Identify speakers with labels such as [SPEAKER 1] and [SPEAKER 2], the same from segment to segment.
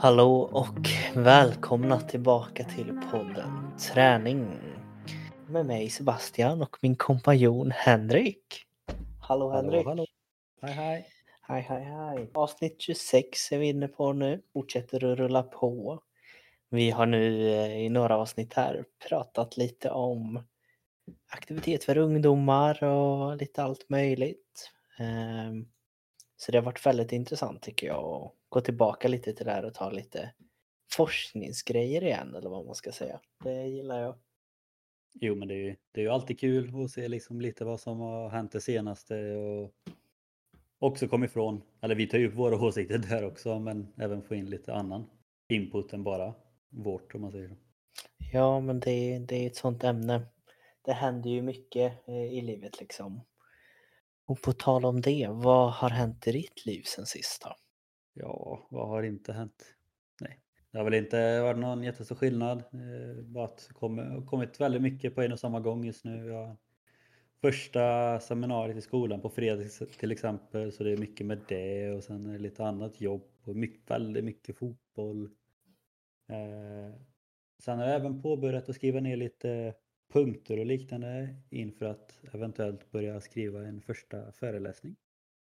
[SPEAKER 1] Hallå och välkomna tillbaka till podden Träning med mig Sebastian och min kompanjon Henrik. Hallå Henrik!
[SPEAKER 2] Hallå. Hej.
[SPEAKER 1] Hej. Avsnitt 26 är vi inne på nu, fortsätter att rulla på. Vi har nu i några avsnitt här pratat lite om aktivitet för ungdomar och lite allt möjligt. Så det har varit väldigt intressant tycker jag att gå tillbaka lite till det här och ta lite forskningsgrejer igen eller vad man ska säga. Det gillar jag.
[SPEAKER 2] Jo, men det är ju alltid kul att se liksom lite vad som har hänt det senaste och också komma ifrån, eller vi tar ju upp våra åsikter där också, men även få in lite annan input än bara vårt om man säger så.
[SPEAKER 1] Ja, men det är ett sånt ämne. Det händer ju mycket i livet liksom. Och på tal om det, vad har hänt i ditt liv sen sist då?
[SPEAKER 2] Ja, vad har inte hänt? Nej, det har väl inte varit någon jättestor skillnad. Bara att det kommit väldigt mycket på en och samma gång just nu. Jag första seminariet i skolan på fredag till exempel, så det är mycket med det och sen är det lite annat jobb och väldigt mycket fotboll. Sen har jag även påbörjat att skriva ner lite punkter och liknande inför att eventuellt börja skriva en första föreläsning.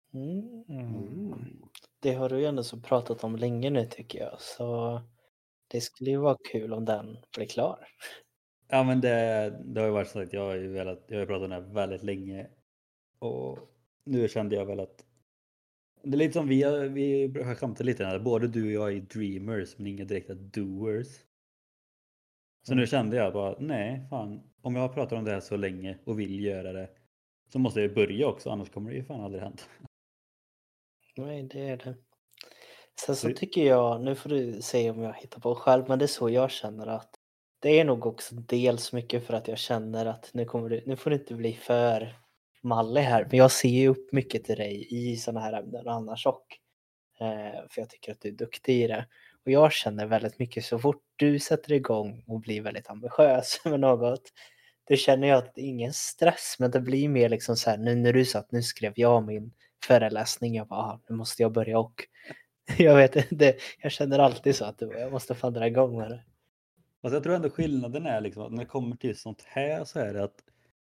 [SPEAKER 1] Det har du ju ändå så pratat om länge nu tycker jag, så det skulle ju vara kul om den blir klar.
[SPEAKER 2] Ja, men det har ju varit så att jag har ju pratat om det här väldigt länge och nu kände jag väl att det är lite som vi har skämtat lite här, både du och jag är dreamers men inga direkta doers. Så nu kände jag bara, nej fan, om jag har pratat om det här så länge och vill göra det så måste jag börja också, annars kommer det ju fan aldrig hända.
[SPEAKER 1] Nej, det är det. Sen så tycker jag, nu får du säga om jag hittar på själv, men det är så jag känner att det är nog också dels mycket för att jag känner att nu får du inte bli för mallig här, men jag ser ju upp mycket till dig i sådana här ämnen annars och för jag tycker att du är duktig i det. Och jag känner väldigt mycket så fort du sätter igång och blir väldigt ambitiös med något, då känner jag att det är ingen stress, men det blir mer liksom så här, nu när du sa att nu skrev jag min föreläsning, jag bara, nu måste jag börja och jag vet inte, jag känner alltid så att jag måste fan dra igång med det.
[SPEAKER 2] Alltså jag tror ändå skillnaden är liksom att när det kommer till sånt här så är det att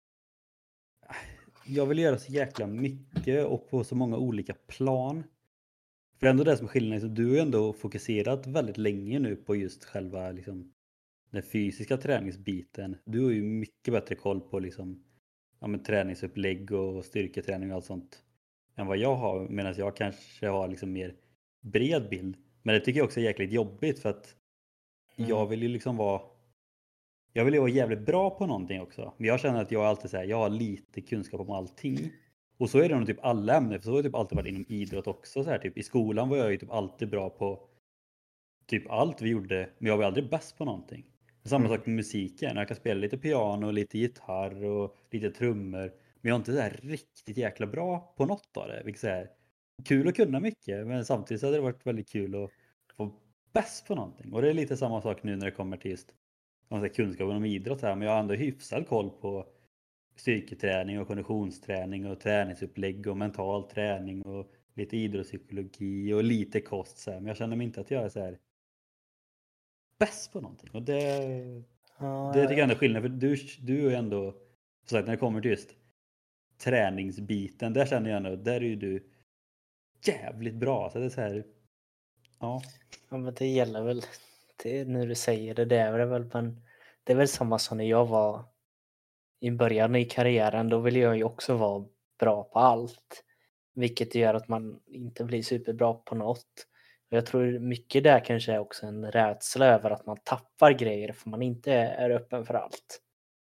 [SPEAKER 2] jag vill göra så jäkla mycket och på så många olika plan. För ändå det som är skillnaden, liksom, du har ju ändå fokuserat väldigt länge nu på just själva liksom, den fysiska träningsbiten. Du har ju mycket bättre koll på liksom, ja, men träningsupplägg och styrketräning och allt sånt än vad jag har, medan jag kanske har liksom mer bred bild. Men det tycker jag också är jäkligt jobbigt för att jag vill ju liksom vara jävligt bra på någonting också. Men jag känner att jag alltid säger jag har lite kunskap om allting. Och så är det nog typ alla ämnen, för så har jag typ alltid varit inom idrott också. Så här, typ. I skolan var jag ju typ alltid bra på typ allt vi gjorde, men jag var aldrig bäst på någonting. Samma sak med musiken, jag kan spela lite piano, lite gitarr och lite trummor. Men jag är inte så här riktigt jäkla bra på något av det. Vilket är kul att kunna mycket, men samtidigt så hade det varit väldigt kul att få bäst på någonting. Och det är lite samma sak nu när det kommer till just kunskapen om idrott här, men jag har ändå hyfsad koll på styrketräning och konditionsträning och träningsupplägg och mental träning och lite idrottspsykologi och lite kost så här. Men jag känner mig inte att jag är så här bäst på någonting. Och det tycker jag ändå är skillnad, för du är ändå så sagt när det kommer till just träningsbiten, där känner jag ändå, där är ju du jävligt bra. Så det är så här, ja.
[SPEAKER 1] Ja, men det gäller väl, det, när du säger det, det är väl, men det är väl samma som när jag var i början i karriären, då ville jag ju också vara bra på allt. Vilket gör att man inte blir superbra på något. Och jag tror mycket där kanske är också en rädsla över att man tappar grejer för man inte är öppen för allt.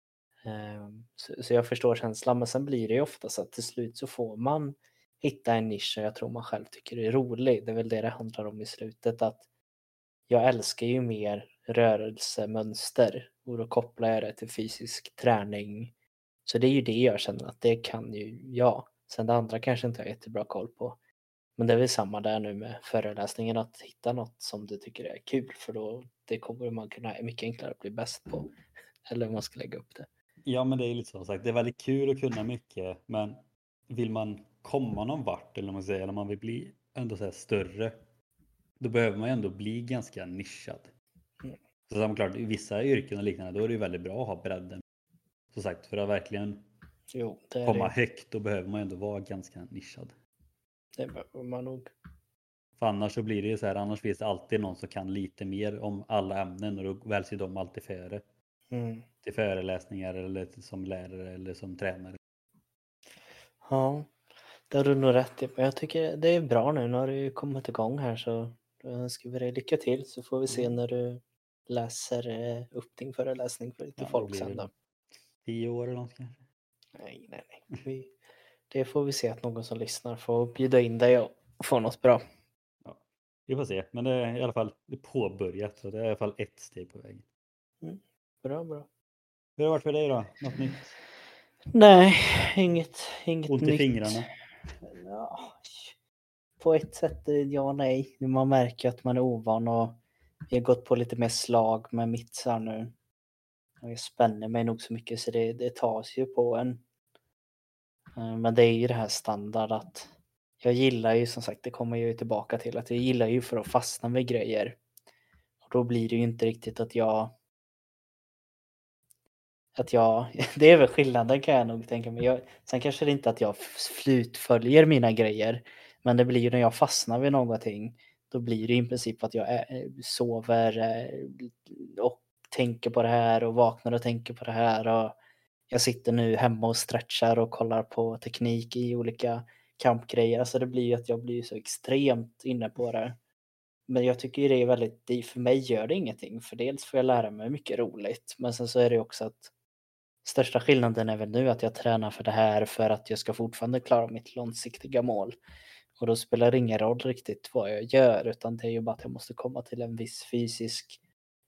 [SPEAKER 1] Så jag förstår känslan, men sen blir det ju ofta så att till slut så får man hitta en nisch som jag tror man själv tycker är rolig. Det är väl det handlar om i slutet, att jag älskar ju mer rörelsemönster och då kopplar jag det till fysisk träning. Så det är ju det jag känner att det kan ju jag. Sen det andra kanske inte jag har jättebra koll på. Men det är väl samma där nu med föreläsningen, att hitta något som du tycker är kul, för då det kommer man kunna mycket enklare att bli bäst på. Eller hur man ska lägga upp det.
[SPEAKER 2] Ja, men det är lite så sagt. Det är väldigt kul att kunna mycket, men vill man komma någon vart eller vad man säger, eller man vill bli ändå så här större, då behöver man ju ändå bli ganska nischad.
[SPEAKER 1] Mm.
[SPEAKER 2] Så som klart, i vissa yrken och liknande, då är det ju väldigt bra att ha bredden. Som sagt, för att verkligen
[SPEAKER 1] Jo, det är
[SPEAKER 2] komma
[SPEAKER 1] det.
[SPEAKER 2] högt, då behöver man ändå vara ganska nischad.
[SPEAKER 1] Det behöver man nog.
[SPEAKER 2] För annars så blir det ju så här, annars finns det alltid någon som kan lite mer om alla ämnen och då väljs ju de alltid före.
[SPEAKER 1] Mm.
[SPEAKER 2] Till föreläsningar eller som lärare eller som tränare.
[SPEAKER 1] Ja, det har du nog rätt i. Men jag tycker det är bra nu. Nu har du kommit igång här så då önskar vi dig lycka till så får vi se när du läser upp din föreläsning för lite
[SPEAKER 2] Ja,
[SPEAKER 1] folk
[SPEAKER 2] blir
[SPEAKER 1] sen
[SPEAKER 2] det
[SPEAKER 1] då.
[SPEAKER 2] 10 år eller något kanske.
[SPEAKER 1] Nej. Det får vi se att någon som lyssnar får bjuda in dig och få något bra.
[SPEAKER 2] Ja, vi får se, men det är i alla fall påbörjat så det är i alla fall ett steg på vägen.
[SPEAKER 1] Mm. Bra.
[SPEAKER 2] Hur har det varit för dig då? Något nytt?
[SPEAKER 1] Nej, inget
[SPEAKER 2] Ont i
[SPEAKER 1] nytt.
[SPEAKER 2] fingrarna?
[SPEAKER 1] Ja, på ett sätt ja och nej. Man märker att man är ovan och vi har gått på lite mer slag med mittsar nu. Och jag spänner mig nog så mycket så det tas ju på en. Men det är ju det här standard att jag gillar ju som sagt, det kommer jag ju tillbaka till, att jag gillar ju för att fastna med grejer. Och då blir det ju inte riktigt att jag det är väl skillnaden kan jag nog tänka mig. Sen kanske det inte att jag slutföljer mina grejer, men det blir ju när jag fastnar vid någonting, då blir det i princip att jag sover och tänker på det här och vaknar och tänker på det här och jag sitter nu hemma och stretchar och kollar på teknik i olika kampgrejer. Alltså det blir ju att jag blir så extremt inne på det. Men jag tycker ju det är väldigt, för mig gör det ingenting, för dels får jag lära mig mycket roligt, men sen så är det också att största skillnaden är väl nu att jag tränar för det här för att jag ska fortfarande klara mitt långsiktiga mål. Och då spelar det ingen roll riktigt vad jag gör, utan det är ju bara att jag måste komma till en viss fysisk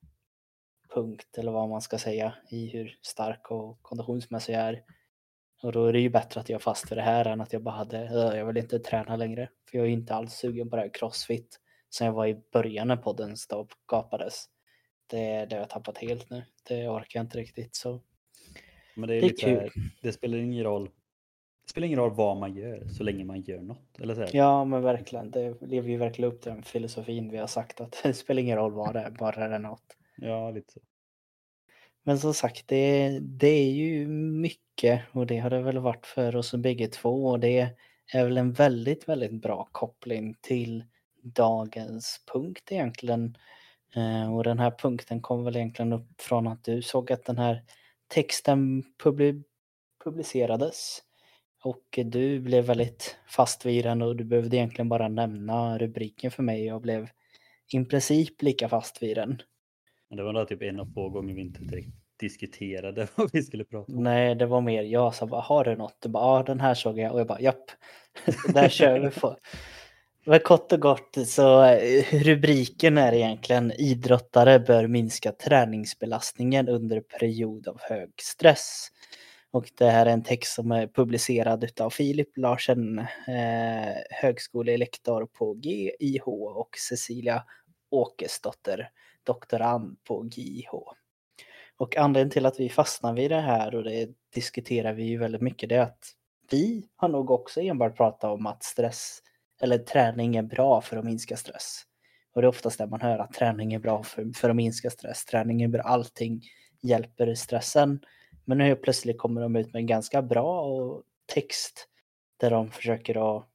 [SPEAKER 1] punkt, eller vad man ska säga, i hur stark och konditionsmässig jag är. Och då är det ju bättre att jag är fast för det här än att jag bara jag vill inte träna längre. För jag är inte alls sugen på det här crossfit som jag var i början när podden skapades. Det har jag tappat helt nu. Det orkar jag inte riktigt, så
[SPEAKER 2] Men det är
[SPEAKER 1] det är
[SPEAKER 2] lite så
[SPEAKER 1] kul.
[SPEAKER 2] här, det spelar ingen roll. Det spelar ingen roll vad man gör så länge man gör något. Eller så här.
[SPEAKER 1] Ja, men verkligen. Det lever ju verkligen upp till den filosofin vi har sagt att det spelar ingen roll vad det är, bara det är något.
[SPEAKER 2] Ja, lite så.
[SPEAKER 1] Men som sagt, det är ju mycket och det har det väl varit för oss bägge två och det är väl en väldigt, väldigt bra koppling till dagens punkt egentligen. Och den här punkten kom väl egentligen upp från att du såg att den här texten publicerades. Och du blev väldigt fast vid den och du behövde egentligen bara nämna rubriken för mig och jag blev i princip lika fast vid den.
[SPEAKER 2] Men det var då typ en av få gånger vi inte direkt diskuterade vad vi skulle prata om.
[SPEAKER 1] Nej, det var mer jag som bara, har du något? Du bara, ja den här såg jag och jag bara, japp, där kör vi på. Men kort och gott så rubriken är egentligen idrottare bör minska träningsbelastningen under period av hög stress. Och det här är en text som är publicerad utav Filip Larsen, högskolelektor på GIH och Cecilia Åkesdotter, doktorand på GIH. Och anledningen till att vi fastnar vid det här och det diskuterar vi ju väldigt mycket, det är att vi har nog också enbart pratat om att stress eller träning är bra för att minska stress. Och det är oftast det man hör, att träning är bra för att minska stress. Träning är bra, allting hjälper stressen. Men nu plötsligt kommer de ut med en ganska bra text där de försöker att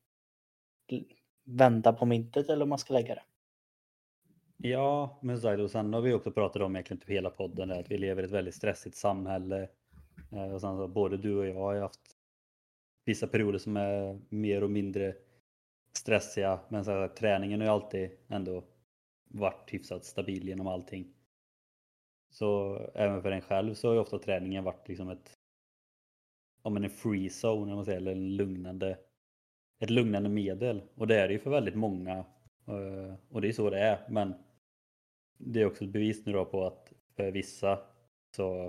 [SPEAKER 1] vända på myntet eller om man ska lägga det.
[SPEAKER 2] Ja, men så och sen har vi också pratat om egentligen typ hela podden där, att vi lever i ett väldigt stressigt samhälle. Och sen så både du och jag har haft vissa perioder som är mer och mindre stressiga. Men så här, träningen har ju alltid ändå varit hyfsat stabil genom allting. Så även för en själv så har ju ofta träningen varit liksom en free zone, om man säger, eller ett lugnande medel. Och det är det ju för väldigt många. Och det är så det är. Men det är också ett bevis nu då på att för vissa så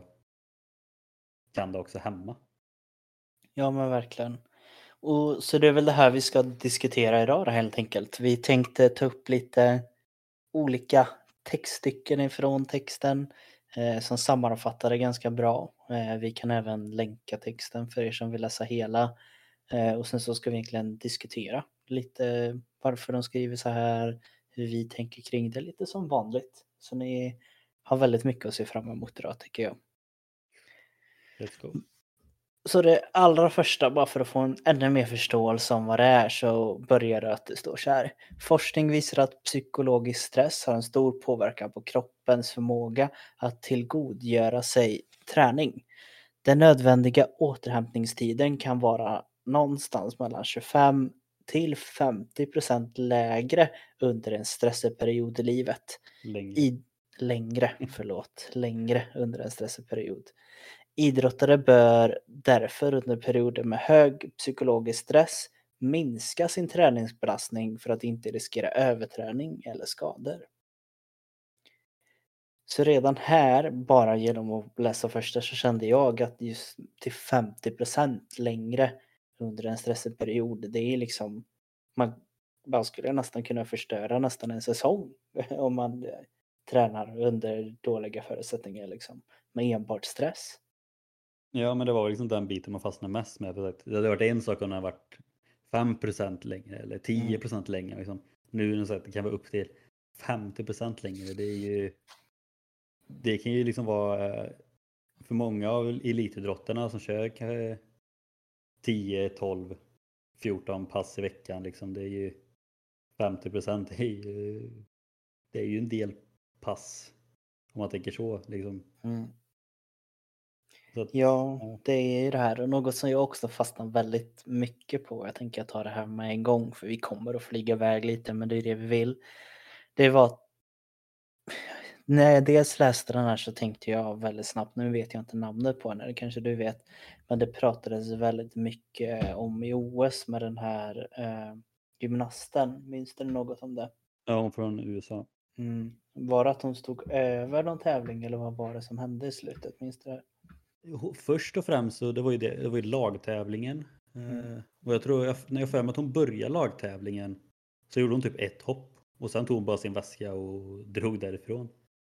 [SPEAKER 2] kan det också hämma.
[SPEAKER 1] Ja men verkligen. Och så det är väl det här vi ska diskutera idag då, helt enkelt. Vi tänkte ta upp lite olika textstycken ifrån texten som sammanfattar det ganska bra. Vi kan även länka texten för er som vill läsa hela. Och sen så ska vi egentligen diskutera lite varför de skriver så här, hur vi tänker kring det lite som vanligt. Så ni har väldigt mycket att se fram emot idag tycker jag.
[SPEAKER 2] Let's go.
[SPEAKER 1] Så det allra första, bara för att få en ännu mer förståelse om vad det är, så börjar det att det står så här. Forskning visar att psykologisk stress har en stor påverkan på kroppens förmåga att tillgodogöra sig träning. Den nödvändiga återhämtningstiden kan vara någonstans mellan 25 till 50% lägre under en stressig period i livet. Längre under en stressig period. Idrottare bör därför under perioder med hög psykologisk stress minska sin träningsbelastning för att inte riskera överträning eller skador. Så redan här, bara genom att läsa första, så kände jag att just till 50% längre under en stressig period, det är liksom, man skulle nästan kunna förstöra nästan en säsong om man tränar under dåliga förutsättningar liksom, med enbart stress.
[SPEAKER 2] Ja, men det var liksom den biten man fastnade mest med. Det hade varit en sak om det hade varit 5% längre eller 10% längre. Liksom. Nu är det så att det kan vara upp till 50% längre. Det kan ju liksom vara för många av elitidrottarna som kör kanske 10, 12, 14 pass i veckan. Liksom. Det är ju 50%. Det är ju en del pass om man tänker så. Liksom. Så att,
[SPEAKER 1] ja, det är ju det här, och något som jag också fastnar väldigt mycket på. Jag tänker jag tar det här med en gång, för vi kommer att flyga iväg lite, men det är det vi vill. Det var att när jag dels läste den här så tänkte jag väldigt snabbt, nu vet jag inte namnet på henne, det kanske du vet, men det pratades väldigt mycket om i OS med den här gymnasten. Minns du något om det?
[SPEAKER 2] ja, hon från USA.
[SPEAKER 1] Var det att hon stod över någon tävling eller vad var det som hände i slutet? Minns du det?
[SPEAKER 2] Först och främst så det var ju lagtävlingen. Och jag tror när jag för mig att hon började lagtävlingen så gjorde hon typ ett hopp och sen tog hon bara sin väska och drog därifrån.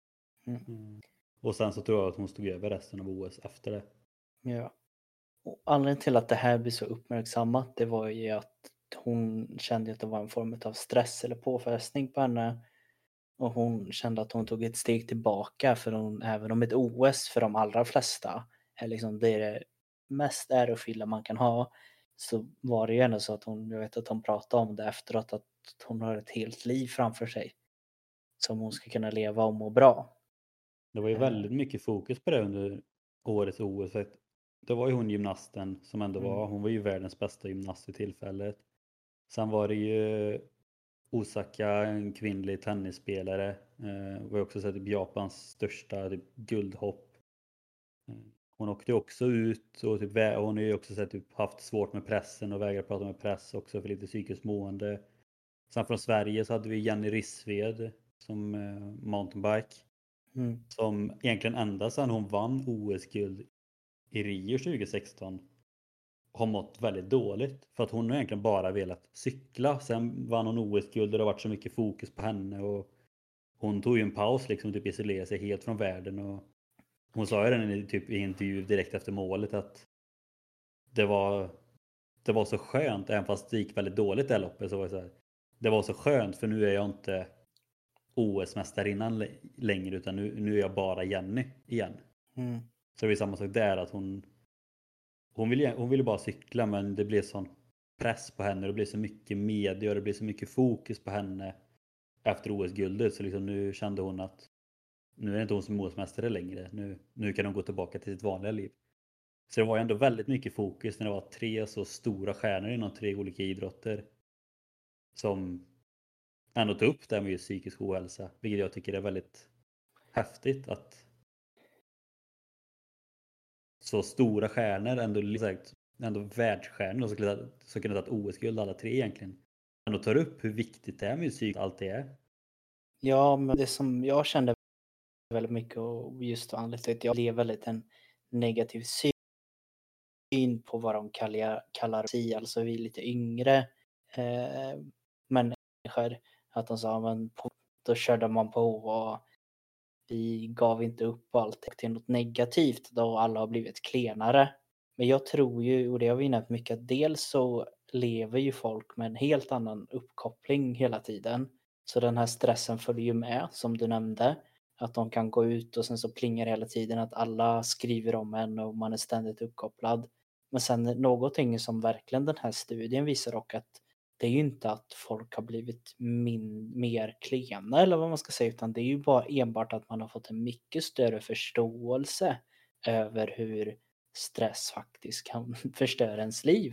[SPEAKER 2] Och sen så tror jag att hon stod över resten av OS efter det.
[SPEAKER 1] Ja. Och anledningen till att det här blir så uppmärksammat, det var ju att hon kände att det var en form av stress eller påfrestning på henne. Och hon kände att hon tog ett steg tillbaka, för hon, även om ett OS för de allra flesta är liksom det mest ärofyllda man kan ha, så var det ju ändå så att hon, jag vet att hon pratade om det efteråt, att hon har ett helt liv framför sig som hon ska kunna leva och må bra.
[SPEAKER 2] Det var ju väldigt mycket fokus på det under årets OS. Det var ju hon gymnasten som ändå hon var ju världens bästa gymnast i tillfället. Sen var det ju Osaka, en kvinnlig tennisspelare. Var också sett typ Japans största typ guldhopp. Hon åkte också ut och typ, hon har ju också sett typ, haft svårt med pressen och vägrar prata med press också för lite psykiskt mående. Sen från Sverige så hade vi Jenny Rissved som mountainbike. Som egentligen ända sedan hon vann OS-guld i Rio 2016 har mått väldigt dåligt. För att hon har egentligen bara velat cykla. Sen vann hon OS-guld och det har varit så mycket fokus på henne. Och hon tog ju en paus liksom, typ isolerade sig helt från världen. Och hon sa ju den i intervju direkt efter målet att det var så skönt, även fast det gick väldigt dåligt det loppet. Så var det, så här, det var så skönt för nu är jag inte OS-mästarinnan längre utan nu är jag bara Jenny igen. Så det är samma sak där att hon ville bara cykla, men det blev sån press på henne. Det blev så mycket media och det blev så mycket fokus på henne efter OS-guldet. Så liksom nu kände hon att nu är det inte hon som är OS-mästare längre. Nu kan hon gå tillbaka till sitt vanliga liv. Så det var ändå väldigt mycket fokus när det var 3 så stora stjärnor inom 3 olika idrotter som ändå tog upp det med just psykisk ohälsa. Vilket jag tycker är väldigt häftigt att så stora stjärnor, ändå världsstjärnor som kunde ha tagit OS-guld alla 3 egentligen. Ändå tar upp hur viktigt det är med psyk allt det är.
[SPEAKER 1] Ja, men det som jag kände väldigt mycket, och just anledningen till att jag lever väldigt en negativ syn på vad de kallar sig, alltså vi lite yngre människor, att de sa men då körde man på och vi gav inte upp allt till något negativt då alla har blivit klenare. Men jag tror ju, och det har vi nämnt mycket, att dels så lever ju folk med en helt annan uppkoppling hela tiden. Så den här stressen följer ju med, som du nämnde. Att de kan gå ut och sen så plingar det hela tiden att alla skriver om en och man är ständigt uppkopplad. Men sen någonting som verkligen den här studien visar och att det är ju inte att folk har blivit mer klena eller vad man ska säga, utan det är ju bara enbart att man har fått en mycket större förståelse över hur stress faktiskt kan förstöra ens liv.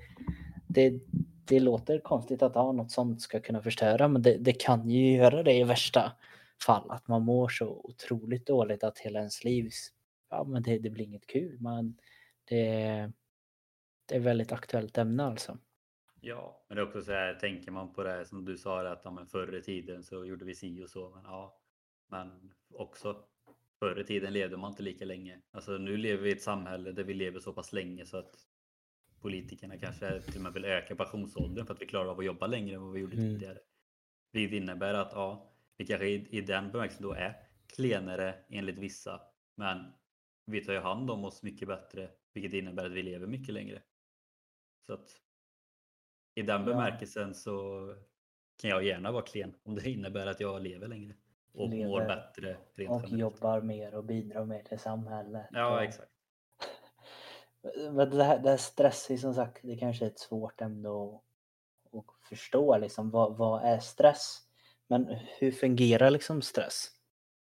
[SPEAKER 1] Det låter konstigt att något sånt ska kunna förstöra, men det kan ju göra det i värsta fall. Att man mår så otroligt dåligt att hela ens liv, ja men det blir inget kul. Det, det är väldigt aktuellt ämne alltså.
[SPEAKER 2] Ja, men det är också så här, tänker man på det här som du sa att ja, men förr i tiden så gjorde vi si och så. Men, ja, men också förr i tiden levde man inte lika länge. Alltså nu lever vi i ett samhälle där vi lever så pass länge så att politikerna kanske till och med vill öka pensionsåldern för att vi klarar av att jobba längre än vad vi gjorde tidigare. Vilket innebär att ja, vi kanske i den bemärkelsen då är klenare enligt vissa. Men vi tar ju hand om oss mycket bättre, vilket innebär att vi lever mycket längre. Så att i den bemärkelsen så kan jag gärna vara klen om det innebär att jag lever längre och mår bättre rent
[SPEAKER 1] och
[SPEAKER 2] generellt.
[SPEAKER 1] jobbar mer och bidrar mer till samhället.
[SPEAKER 2] Ja, exakt.
[SPEAKER 1] Men det här stress är som sagt, det kanske är ett svårt ämne att förstå liksom, vad är stress? Men hur fungerar liksom stress?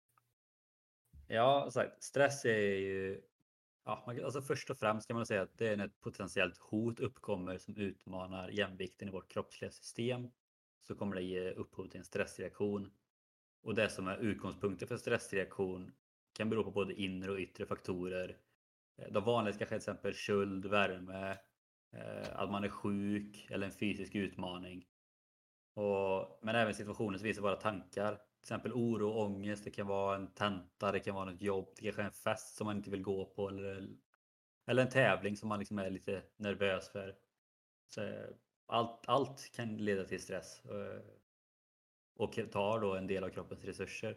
[SPEAKER 2] Ja, sagt, stress är ju alltså först och främst kan man säga att det är när ett potentiellt hot uppkommer som utmanar jämvikten i vårt kroppsliga system, så kommer det ge upphov till en stressreaktion. Och det som är utgångspunkten för stressreaktion kan bero på både inre och yttre faktorer. De vanligaste kanske är till exempel köld, värme, att man är sjuk eller en fysisk utmaning. Men även situationer som visar våra tankar. Till exempel oro och ångest, det kan vara en tenta, det kan vara ett jobb, det kanske är en fest som man inte vill gå på eller en tävling som man liksom är lite nervös för. Så allt kan leda till stress och tar då en del av kroppens resurser.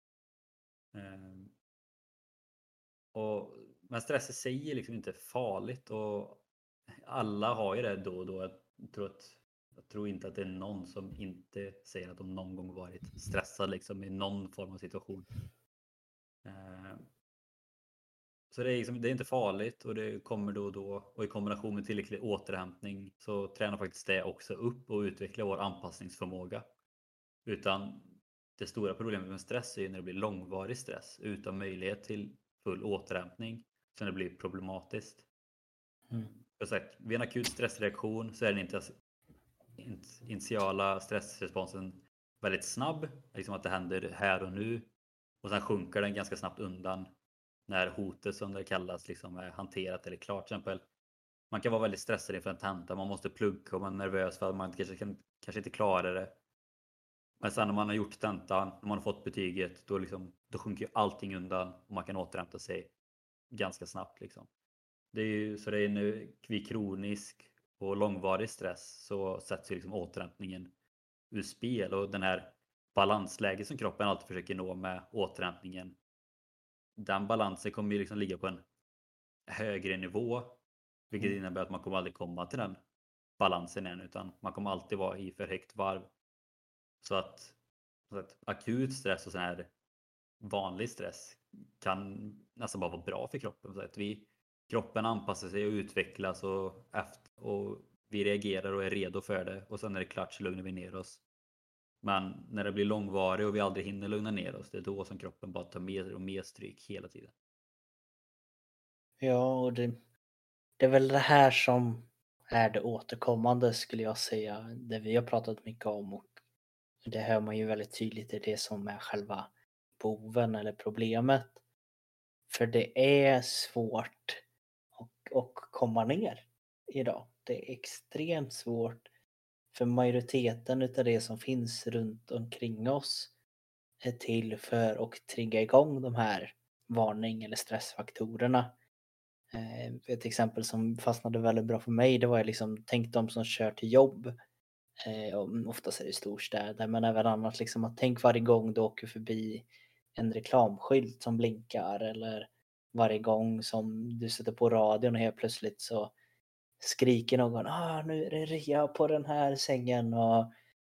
[SPEAKER 2] Men stress i sig är liksom inte farligt och alla har ju det då och då. Jag tror inte att det är någon som inte säger att de någon gång varit stressad liksom i någon form av situation. Så det är inte farligt och det kommer då och då, och i kombination med tillräcklig återhämtning så tränar faktiskt det också upp och utvecklar vår anpassningsförmåga. Utan det stora problemet med stress är när det blir långvarig stress utan möjlighet till full återhämtning, så det blir problematiskt. För sagt, vid en akut stressreaktion så är den initiala stressresponsen väldigt snabb, liksom att det händer här och nu, och sen sjunker den ganska snabbt undan när hotet, som det kallas, liksom är hanterat eller klart. Till exempel, man kan vara väldigt stressad inför en tenta, man måste plugga och man är nervös för att man kanske inte klarar det. Men sen när man har gjort tentan, när man har fått betyget, då sjunker allting undan och man kan återhämta sig ganska snabbt. Liksom. Så det är nu vid kronisk och långvarig stress så sätts ju liksom återhämtningen ur spel, och den här balansläget som kroppen alltid försöker nå med återhämtningen, den balansen kommer ju liksom ligga på en högre nivå, vilket innebär att man kommer aldrig komma till den balansen än, utan man kommer alltid vara i för högt varv. Så att akut stress och sån här vanlig stress kan nästan bara vara bra för kroppen. Så att kroppen anpassar sig och utvecklas och vi reagerar och är redo för det, och sen när det är klart så lugnar vi ner oss. Men när det blir långvarigt och vi aldrig hinner lugna ner oss, det är då som kroppen bara tar mer och mer stryk hela tiden.
[SPEAKER 1] Ja, och det är väl det här som är det återkommande, skulle jag säga. Det vi har pratat mycket om, och det hör man ju väldigt tydligt, är det som är själva boven eller problemet. För det är svårt att komma ner idag. Det är extremt svårt, för majoriteten utav det som finns runt omkring oss är till för att trigga igång de här varning eller stressfaktorerna. Ett exempel som fastnade väldigt bra för mig, det var liksom, tänk de som kör till jobb. Oftast är det storstäder, men även annat, liksom att tänk varje gång du åker förbi en reklamskylt som blinkar, eller varje gång som du sätter på radion och helt plötsligt så skriker någon nu är det rea på den här sängen, och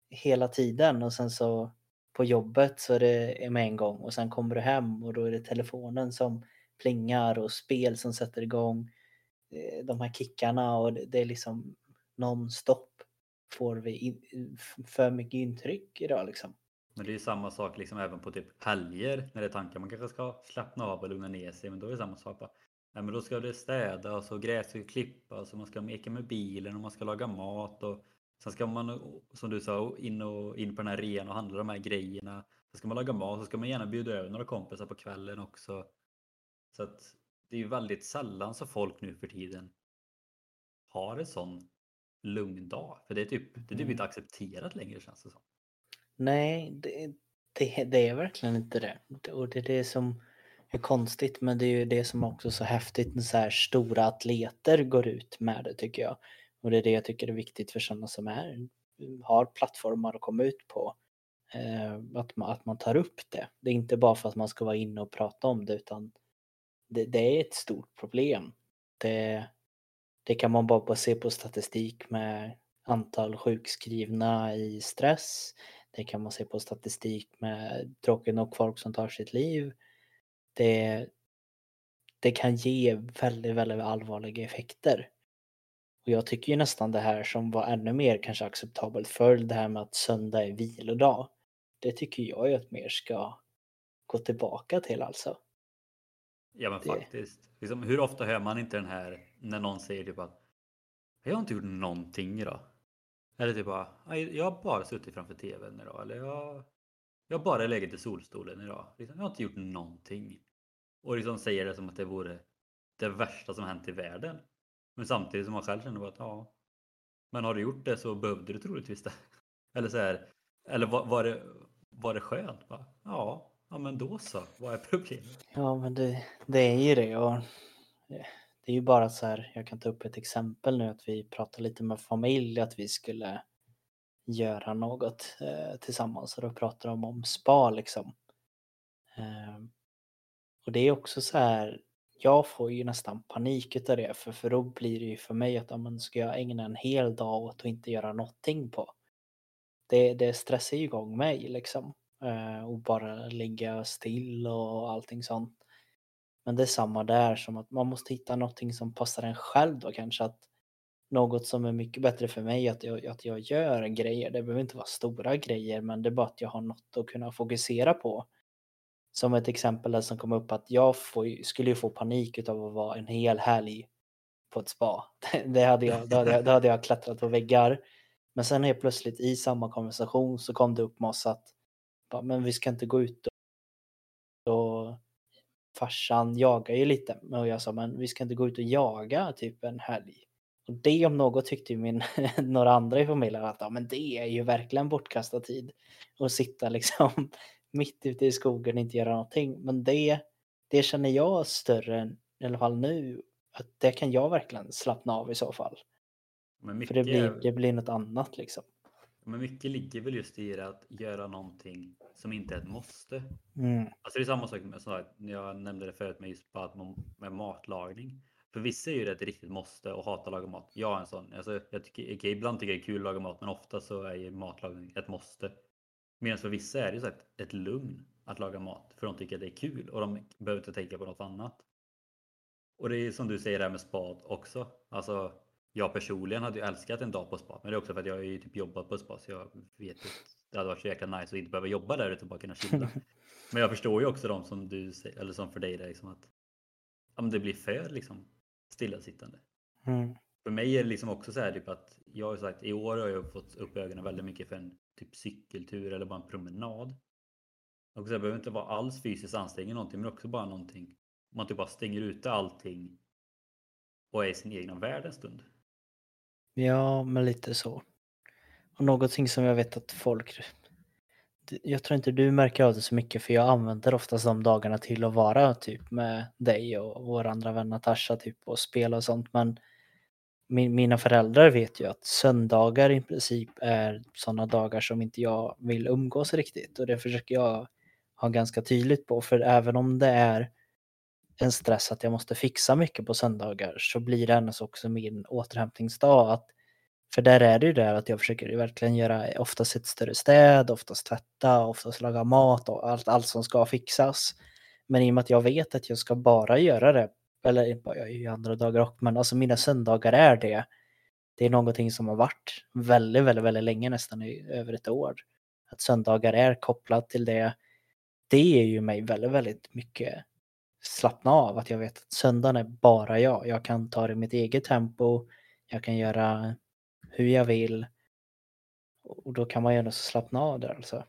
[SPEAKER 1] hela tiden och sen så på jobbet så är det med en gång och sen kommer du hem och då är det telefonen som plingar och spel som sätter igång de här kickarna och det är liksom nonstop får vi för mycket intryck idag liksom.
[SPEAKER 2] Men det är ju samma sak liksom även på typ helger när det är tankar man kanske ska slappna av och lugna ner sig. Men då är det samma sak. Bara, nej, men då ska det städas och gräs ska klippas och man ska meka med bilen och man ska laga mat. Och sen ska man, som du sa, in på den här rean och handla de här grejerna. Sen ska man laga mat och så ska man gärna bjuda över några kompisar på kvällen också. Så att det är ju väldigt sällan så folk nu för tiden har en sån lugn dag. För det är typ inte accepterat längre känns det som.
[SPEAKER 1] Nej, det är verkligen inte det. Och det är det som är konstigt, men det är ju det som också är så häftigt när så här stora atleter går ut med det tycker jag. Och det är det jag tycker är viktigt för sådana som har plattformar att komma ut på. Att man tar upp det. Det är inte bara för att man ska vara inne och prata om det utan det är ett stort problem. Det kan man bara se på statistik med antal sjukskrivna i stress. Det kan man se på statistik med tråkigt nog folk som tar sitt liv. Det kan ge väldigt, väldigt allvarliga effekter. Och jag tycker ju nästan det här som var ännu mer kanske acceptabelt förr, det här med att söndag är vilodag. Det tycker jag ju att mer ska gå tillbaka till alltså.
[SPEAKER 2] Ja men
[SPEAKER 1] Det,
[SPEAKER 2] faktiskt. Liksom, hur ofta hör man inte den här när någon säger typ att jag har inte gjort någonting idag. Eller typ bara, "Nej, jag har bara suttit framför tvn idag. Eller jag har bara legat i solstolen idag. Liksom, jag har inte gjort någonting. Och liksom säger det som att det vore det värsta som hänt i världen. Men samtidigt som man själv känner bara att ja. Men har du gjort det så behövde du troligtvis det. Eller så här. Eller var det skönt? Va? Ja, men då så. Vad är problemet?
[SPEAKER 1] ja men det är ju det och det är ju bara så här, jag kan ta upp ett exempel nu att vi pratar lite med familj att vi skulle göra något tillsammans och då pratar de om spa liksom. Och det är också så här, jag får ju nästan panik utav det för då blir det ju för mig att man ska jag ägna en hel dag åt att inte göra någonting på. Det stressar ju igång mig liksom. Och bara ligga still och allting sånt. Men det är samma där som att man måste hitta någonting som passar en själv då kanske att något som är mycket bättre för mig att jag gör grejer. Det behöver inte vara stora grejer men det är bara att jag har något att kunna fokusera på. Som ett exempel där som kom upp att skulle ju få panik utav att vara en hel helg på ett spa. Då hade jag klättrat på väggar. Men sen helt plötsligt i samma konversation så kom det upp med oss att men vi ska inte gå ut och farsan jagar ju lite. Och jag sa men vi ska inte gå ut och jaga typ en helg. Och det om något tyckte ju några andra i familjen att men det är ju verkligen bortkastad tid. Att sitta liksom mitt ute i skogen och inte göra någonting. Men det känner jag större än, i alla fall nu, att det kan jag verkligen slappna av i så fall.
[SPEAKER 2] Men
[SPEAKER 1] För
[SPEAKER 2] mycket,
[SPEAKER 1] det blir något annat liksom.
[SPEAKER 2] men mycket ligger väl just i det att göra någonting som inte är ett måste.
[SPEAKER 1] Mm.
[SPEAKER 2] Alltså det är samma sak med sådär, när jag nämnde det förut med just bara att med matlagning. För vissa är ju det ett riktigt måste och hatar att laga mat. Jag är en sån. Alltså, ibland tycker jag det är kul att laga mat men ofta så är ju matlagning ett måste. Medan för vissa är det så ett lugn att laga mat. För de tycker att det är kul och de behöver inte tänka på något annat. Och det är som du säger där med spa också. Alltså jag personligen hade ju älskat en dag på spa. Men det är också för att jag har ju typ jobbat på spa så jag vet att det hade varit så jäkla nice att inte behöva jobba där utan bara kunna chilla. Men jag förstår ju också de som du säger, eller som för dig där liksom att ja, men det blir för liksom stillasittande.
[SPEAKER 1] Mm.
[SPEAKER 2] För mig är det liksom också så här typ att jag har sagt i år har jag fått upp ögonen väldigt mycket för en typ cykeltur eller bara en promenad. Och så det behöver inte vara alls fysiskt ansträngande någonting men också bara någonting. Man typ bara stänger ute allting och är i sin egna värld en stund.
[SPEAKER 1] Ja, men lite så. Och någonting som jag vet att folk jag tror inte du märker av det så mycket för jag använder oftast de dagarna till att vara typ med dig och vår andra vän Natasha typ och spela och sånt men mina föräldrar vet ju att söndagar i princip är sådana dagar som inte jag vill umgås riktigt och det försöker jag ha ganska tydligt på för även om det är en stress att jag måste fixa mycket på söndagar så blir det annars också min återhämtningsdag att För där är det ju det att jag försöker verkligen göra oftast ett större städ, oftast tvätta, oftast laga mat och allt som ska fixas. Men i och med att jag vet att jag ska bara göra det, eller jag är ju andra dagar också, men alltså mina söndagar är det. Det är någonting som har varit väldigt, väldigt, väldigt länge, nästan i över ett år. Att söndagar är kopplat till det. Det ger ju mig väldigt, väldigt mycket slappna av. Att jag vet att söndagen är bara jag. Jag kan ta det i mitt eget tempo. Jag kan göra hur jag vill. Och då kan man ju ändå slappna av där alltså.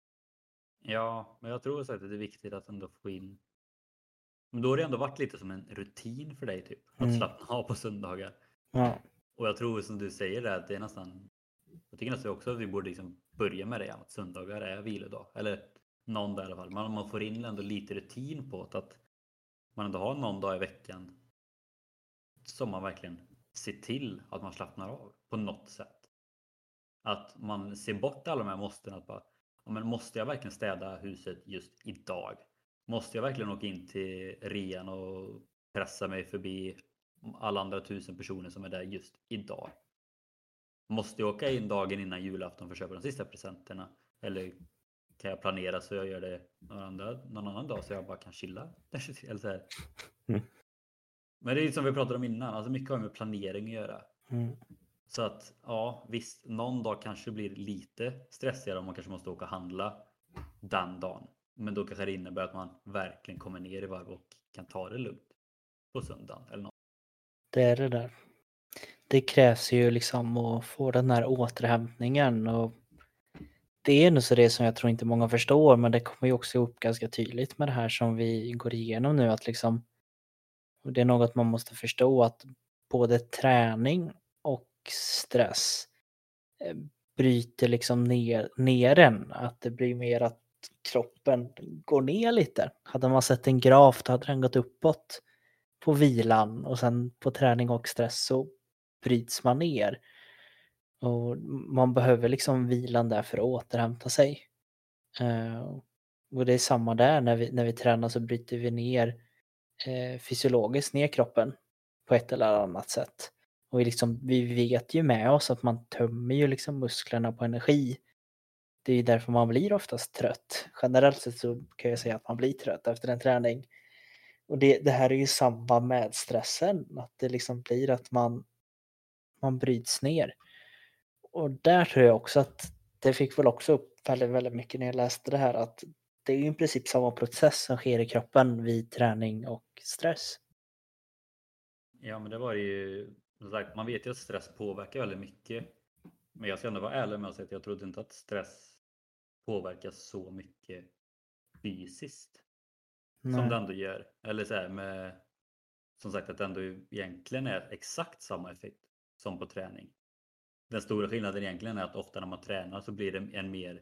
[SPEAKER 2] Ja, men jag tror så att det är viktigt att ändå få in. Men då har det ändå varit lite som en rutin för dig typ. Att slappna av på söndagar.
[SPEAKER 1] Ja.
[SPEAKER 2] Och jag tror som du säger där att det är nästan. Jag tycker nästan också att vi borde liksom börja med det. Att söndagar är vilodag. Eller någon dag i alla fall. Man får in ändå lite rutin på att man ändå har någon dag i veckan. Som man verkligen ser till att man slappnar av på något sätt. Att man ser bort alla de här måsten. Att bara, ja, men måste jag verkligen städa huset just idag? Måste jag verkligen åka in till rean och pressa mig förbi alla andra 1000 personer som är där just idag? Måste jag åka in dagen innan julafton för att köpa de sista presenterna? Eller kan jag planera så jag gör det någon annan dag så jag bara kan chilla? Eller så här.
[SPEAKER 1] Mm.
[SPEAKER 2] Men det är som vi pratade om innan. Alltså mycket har med planering att göra.
[SPEAKER 1] Mm.
[SPEAKER 2] Så att ja, visst, någon dag kanske blir lite stressigare om man kanske måste åka och handla den dagen. Men då kanske det innebär att man verkligen kommer ner i varv och kan ta det lugnt på söndagen eller något.
[SPEAKER 1] Det är det där. Det krävs ju liksom att få den här återhämtningen och det är nog så det som jag tror inte många förstår, men det kommer ju också upp ganska tydligt med det här som vi går igenom nu, att liksom och det är något man måste förstå, att både träning och stress bryter liksom ner en, att det blir mer att kroppen går ner lite. Hade man sett en graf då hade den gått uppåt på vilan och sen på träning och stress så bryts man ner. Och man behöver liksom vilan där för att återhämta sig. Och det är samma där när vi tränar så bryter vi ner fysiologiskt ner kroppen på ett eller annat sätt. Och vi vet ju med oss att man tömmer ju liksom musklerna på energi. Det är ju därför man blir oftast trött. Generellt sett så kan jag säga att man blir trött efter en träning. Och det här är ju samma med stressen, att det liksom blir att man bryts ner. Och där tror jag också att det fick väl också upp väldigt, väldigt mycket när jag läste det här, att det är ju i princip samma process som sker i kroppen vid träning och stress.
[SPEAKER 2] Ja, men det var ju som sagt, man vet ju att stress påverkar väldigt mycket. Men jag ska ändå vara ärlig med att säga att jag trodde inte att stress påverkar så mycket fysiskt som
[SPEAKER 1] Nej.
[SPEAKER 2] det ändå gör. Eller så här med som sagt att det ändå egentligen är exakt samma effekt som på träning. Den stora skillnaden egentligen är att ofta när man tränar så blir det en mer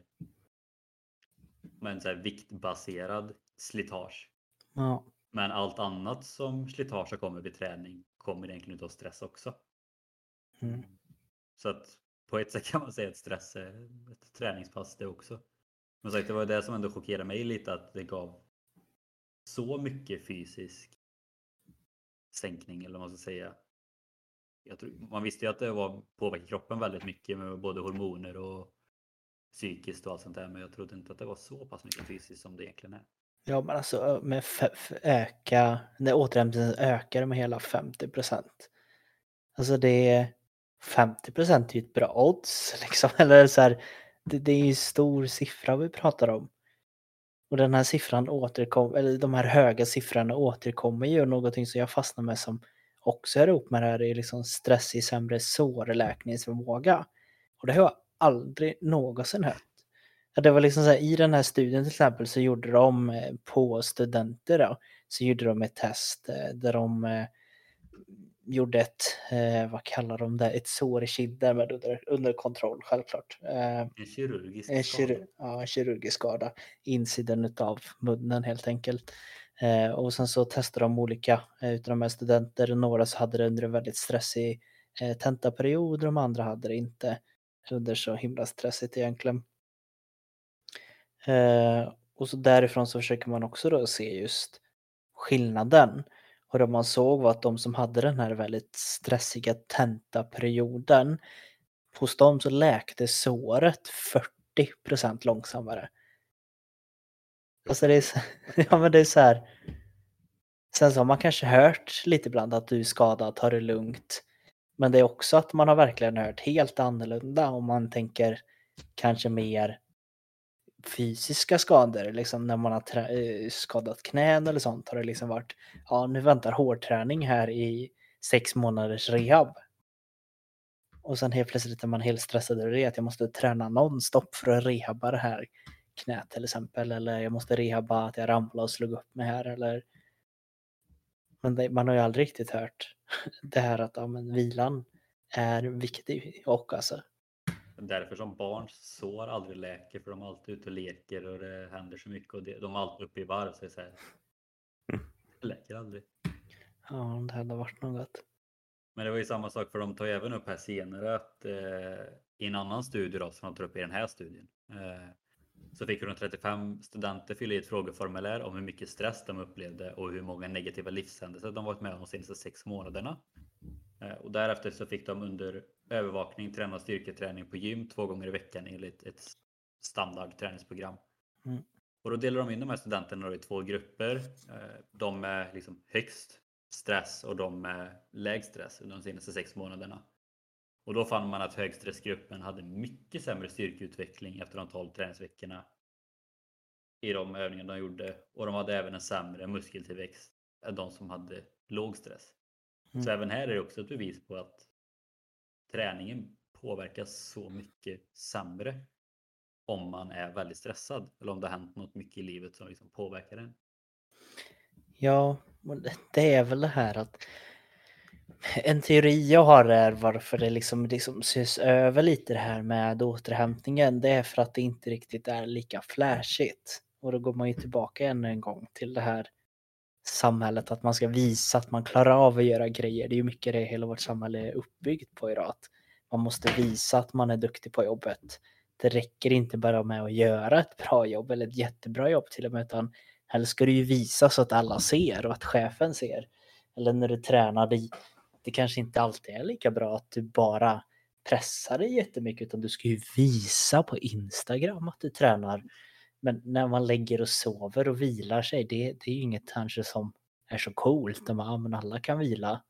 [SPEAKER 2] så här viktbaserad slitage.
[SPEAKER 1] Ja.
[SPEAKER 2] Men allt annat som slitage kommer vid träning kommer egentligen utav stress också.
[SPEAKER 1] Mm.
[SPEAKER 2] Så att på ett sätt kan man säga att stress är ett träningspass det också. Men sagt, det var det som ändå chockerade mig lite, att det gav så mycket fysisk sänkning, eller vad man ska säga. Man visste ju att det påverkar kroppen väldigt mycket med både hormoner och psykiskt och allt sånt där. Men jag trodde inte att det var så pass mycket fysiskt som det egentligen är.
[SPEAKER 1] Ja, men alltså med när återhämtningen ökar med hela 50%. Alltså det är 50% är ju ett bra odds liksom. Eller så här, det är ju stor siffra vi pratar om. Och den här siffran eller de här höga siffrorna återkommer ju, och någonting som jag fastnar med som också är ihop med det här är liksom stress i sämre sårläkningsförmåga. Och det har jag aldrig någonsin hört. Ja, det var liksom så här, i den här studien till exempel så gjorde de på studenter då, så gjorde de ett test där de gjorde vad kallar de det, ett sår i kinden med under kontroll självklart.
[SPEAKER 2] En kirurgisk skada.
[SPEAKER 1] En kirurgisk skada. Insidan av munnen helt enkelt. Och sen så testade de olika utav de här studenter. Några så hade det under en väldigt stressig tentaperiod, de andra hade det inte under så himla stressigt egentligen. Och så därifrån så försöker man också då se just skillnaden. Och det man såg var att de som hade den här väldigt stressiga tentaperioden, hos dem så läkte såret 40% långsammare. Alltså det är så, ja men det är så här. Sen så har man kanske hört lite ibland att du är skadad, ta det lugnt. Men det är också att man har verkligen hört helt annorlunda om man tänker kanske mer fysiska skador, liksom när man har skadat knän eller sånt har det liksom varit, ja nu väntar hårdträning här i 6 månaders rehab. Och sen helt plötsligt är man helt stressad över det, att jag måste träna nonstop för att rehabba det här knät till exempel, eller jag måste rehabba att jag ramlade och slog upp mig här, eller men man har ju aldrig riktigt hört det här att ja, men vilan är viktig och alltså.
[SPEAKER 2] Därför som barns sår aldrig läker, för de är alltid ute och leker och det händer så mycket och de är alltid uppe i varv, så det är så här, det läker aldrig.
[SPEAKER 1] Ja, det hade varit något.
[SPEAKER 2] Men det var ju samma sak, för de tar ju även upp här senare att i en annan studie då, som de tar upp i den här studien, så fick 135 studenter fylla i ett frågeformulär om hur mycket stress de upplevde och hur många negativa livshändelser de varit med om de senaste 6 månaderna. Och därefter så fick de under övervakning träna styrketräning på gym 2 gånger i veckan enligt ett standard träningsprogram.
[SPEAKER 1] Mm.
[SPEAKER 2] Och då delar de in de här studenterna i 2 grupper. De med liksom högst stress och de med lägst stress under de senaste 6 månaderna. Och då fann man att högstressgruppen hade mycket sämre styrkeutveckling efter de 12 träningsveckorna i de övningar de gjorde. Och de hade även en sämre muskeltillväxt än de som hade låg stress.
[SPEAKER 1] Mm.
[SPEAKER 2] Så även här är det också ett bevis på att träningen påverkas så mycket sämre om man är väldigt stressad eller om det har hänt något mycket i livet som liksom påverkar en.
[SPEAKER 1] Ja, det är väl det här att en teori jag har är varför det liksom ses över lite det här med återhämtningen. Det är för att det inte riktigt är lika flashigt. Och då går man ju tillbaka än en gång till det här samhället, att man ska visa att man klarar av att göra grejer. Det är ju mycket det hela vårt samhälle är uppbyggt på idag. Att man måste visa att man är duktig på jobbet. Det räcker inte bara med att göra ett bra jobb eller ett jättebra jobb till och med, utan helst ska du ju visa så att alla ser och att chefen ser. Eller när du tränar, det kanske inte alltid är lika bra att du bara pressar dig jättemycket, utan du ska ju visa på Instagram att du tränar. Men när man lägger och sover och vilar sig, det är ju inget kanske som är så coolt. Men alla kan vila.